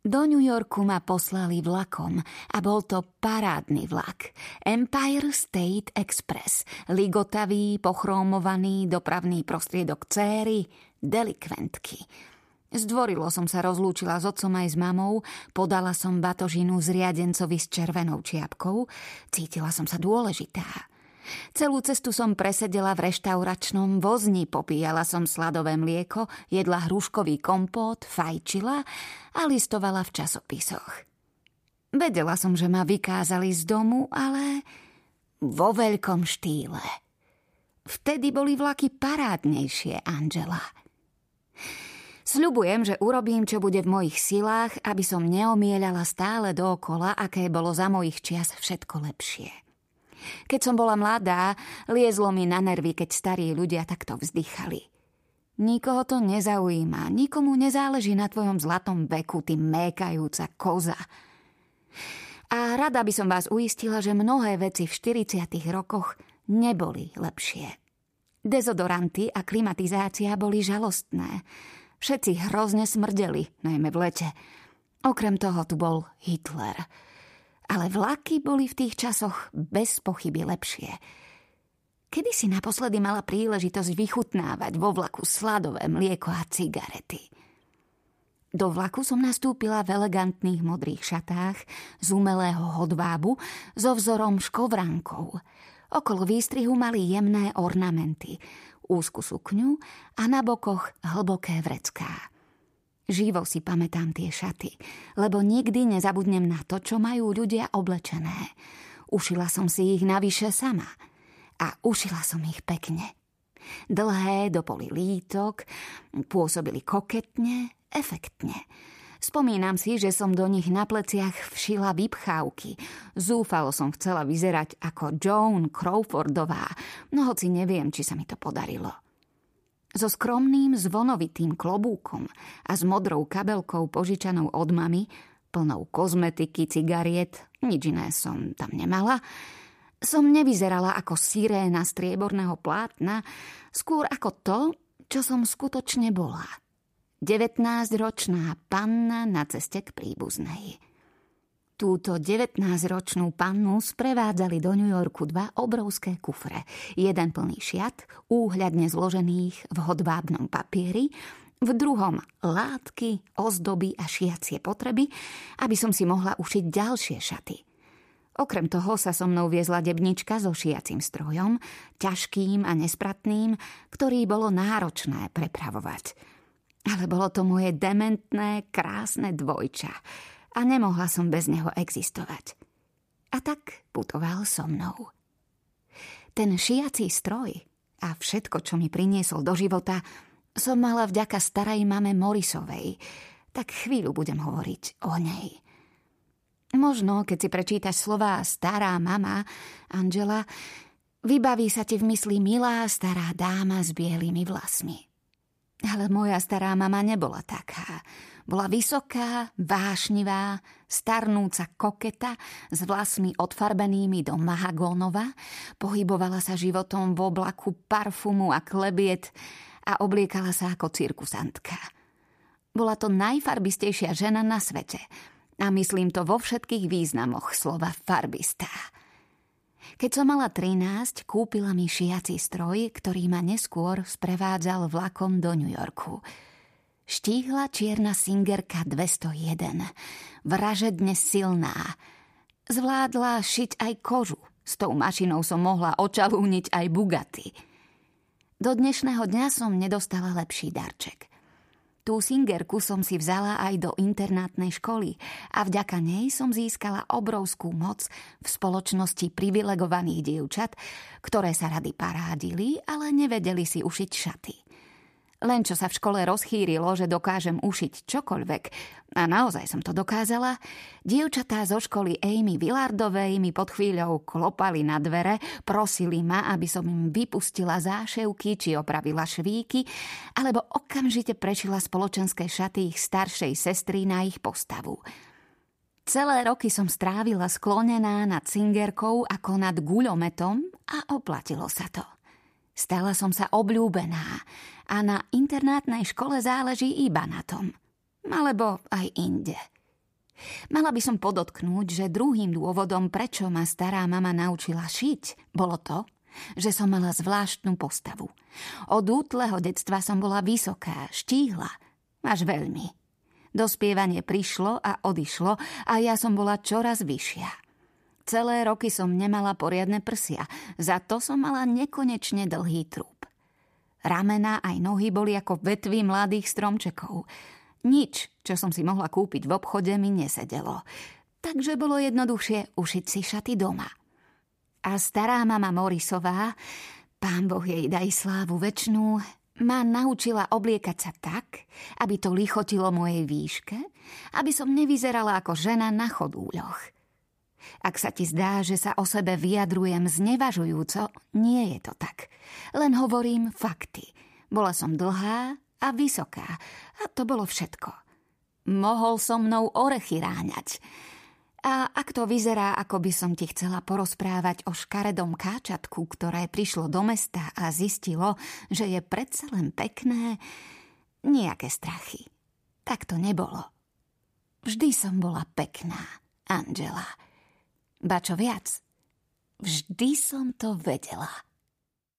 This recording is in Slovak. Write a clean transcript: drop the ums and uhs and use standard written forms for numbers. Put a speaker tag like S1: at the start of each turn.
S1: Do New Yorku ma poslali vlakom a bol to parádny vlak. Empire State Express, ligotavý, pochromovaný dopravný prostriedok céry, delikventky. Zdvorilo som sa rozlúčila s otcom aj s mamou, podala som batožinu zriadencovi s červenou čiapkou, cítila som sa dôležitá. Celú cestu som presedela v reštauračnom vozni, popíjala som sladové mlieko, jedla hruškový kompót, fajčila a listovala v časopisoch. Vedela som, že ma vykázali z domu, ale vo veľkom štýle. Vtedy boli vlaky parádnejšie, Angela. Sľubujem, že urobím, čo bude v mojich silách, aby som neomielala stále dookola, aké bolo za mojich čias všetko lepšie. Keď som bola mladá, liezlo mi na nervy, keď starí ľudia takto vzdychali. Nikoho to nezaujíma, nikomu nezáleží na tvojom zlatom veku, ty mékajúca koza. A rada by som vás uistila, že mnohé veci v 40 rokoch neboli lepšie. Dezodoranty a klimatizácia boli žalostné. Všetci hrozne smrdeli, najmä v lete. Okrem toho tu bol Hitler. Ale vlaky boli v tých časoch bez pochyby lepšie. Kedy si naposledy mala príležitosť vychutnávať vo vlaku sladové mlieko a cigarety? Do vlaku som nastúpila v elegantných modrých šatách z umelého hodvábu so vzorom škovránkov. Okolo výstrihu mali jemné ornamenty, úzku sukňu a na bokoch hlboké vrecká. Živo si pamätám tie šaty, lebo nikdy nezabudnem na to, čo majú ľudia oblečené. Ušila som si ich navyše sama a ušila som ich pekne. Dlhé do poli lítok, pôsobili koketne, efektne. Spomínam si, že som do nich na pleciach všila vypchávky. Zúfalo som chcela vyzerať ako Joan Crawfordová, no hoci neviem, či sa mi to podarilo. So skromným zvonovitým klobúkom a s modrou kabelkou požičanou od mamy, plnou kozmetiky, cigariet, nič iné som tam nemala, som nevyzerala ako siréna strieborného plátna, skôr ako to, čo som skutočne bola. 19-ročná panna na ceste k príbuznej. Túto 19-ročnú pannu sprevádzali do New Yorku dva obrovské kufre. Jeden plný šiat, úhľadne zložených v hodvábnom papieri, v druhom látky, ozdoby a šiacie potreby, aby som si mohla ušiť ďalšie šaty. Okrem toho sa so mnou viezla debnička so šiacím strojom, ťažkým a nespratným, ktorý bolo náročné prepravovať. Ale bolo to moje dementné, krásne dvojča a nemohla som bez neho existovať. A tak putoval so mnou. Ten šiací stroj a všetko, čo mi priniesol do života, som mala vďaka starej mame Morrisovej. Tak chvíľu budem hovoriť o nej. Možno, keď si prečítaš slová stará mama, Angela, vybaví sa ti v mysli milá stará dáma s bielými vlasmi. Ale moja stará mama nebola taká. Bola vysoká, vášnivá, starnúca koketa s vlasmi odfarbenými do mahagónova, pohybovala sa životom v oblaku parfumu a klebiet a obliekala sa ako cirkusantka. Bola to najfarbistejšia žena na svete a myslím to vo všetkých významoch slova farbistá. Keď som mala 13, kúpila mi šiací stroj, ktorý ma neskôr sprevádzal vlakom do New Yorku. Štíhla čierna Singerka 201, vražedne silná. Zvládla šiť aj kožu. S tou mašinou som mohla očalúniť aj Bugatti. Do dnešného dňa som nedostala lepší darček. Tú Singerku som si vzala aj do internátnej školy a vďaka nej som získala obrovskú moc v spoločnosti privilegovaných dievčat, ktoré sa rady parádili, ale nevedeli si ušiť šaty. Len čo sa v škole rozchýrilo, že dokážem ušiť čokoľvek, a naozaj som to dokázala, dievčatá zo školy Amy Willardovej mi pod chvíľou klopali na dvere, prosili ma, aby som im vypustila záševky či opravila švíky, alebo okamžite prešila spoločenské šaty ich staršej sestry na ich postavu. Celé roky som strávila sklonená nad Singerkou ako nad guľometom a oplatilo sa to. Stala som sa obľúbená a na internátnej škole záleží iba na tom. Alebo aj inde. Mala by som podotknúť, že druhým dôvodom, prečo ma stará mama naučila šiť, bolo to, že som mala zvláštnu postavu. Od útleho detstva som bola vysoká, štíhla, až veľmi. Dospievanie prišlo a odišlo a ja som bola čoraz vyššia. Celé roky som nemala poriadne prsia, za to som mala nekonečne dlhý trúb. Ramená aj nohy boli ako vetvy mladých stromčekov. Nič, čo som si mohla kúpiť v obchode, mi nesedelo. Takže bolo jednoduchšie ušiť si šaty doma. A stará mama Morisová, pán Boh jej daj slávu večnú, ma naučila obliekať sa tak, aby to lichotilo mojej výške, aby som nevyzerala ako žena na chodúľoch. Ak sa ti zdá, že sa o sebe vyjadrujem znevažujúco, nie je to tak. Len hovorím fakty. Bola som dlhá a vysoká a to bolo všetko. Mohol so mnou orechy ráňať. A ak to vyzerá, ako by som ti chcela porozprávať o škaredom káčatku, ktoré prišlo do mesta a zistilo, že je predsa len pekné, nejaké strachy. Tak to nebolo. Vždy som bola pekná, Angela. Ba čo viac, vždy som to vedela.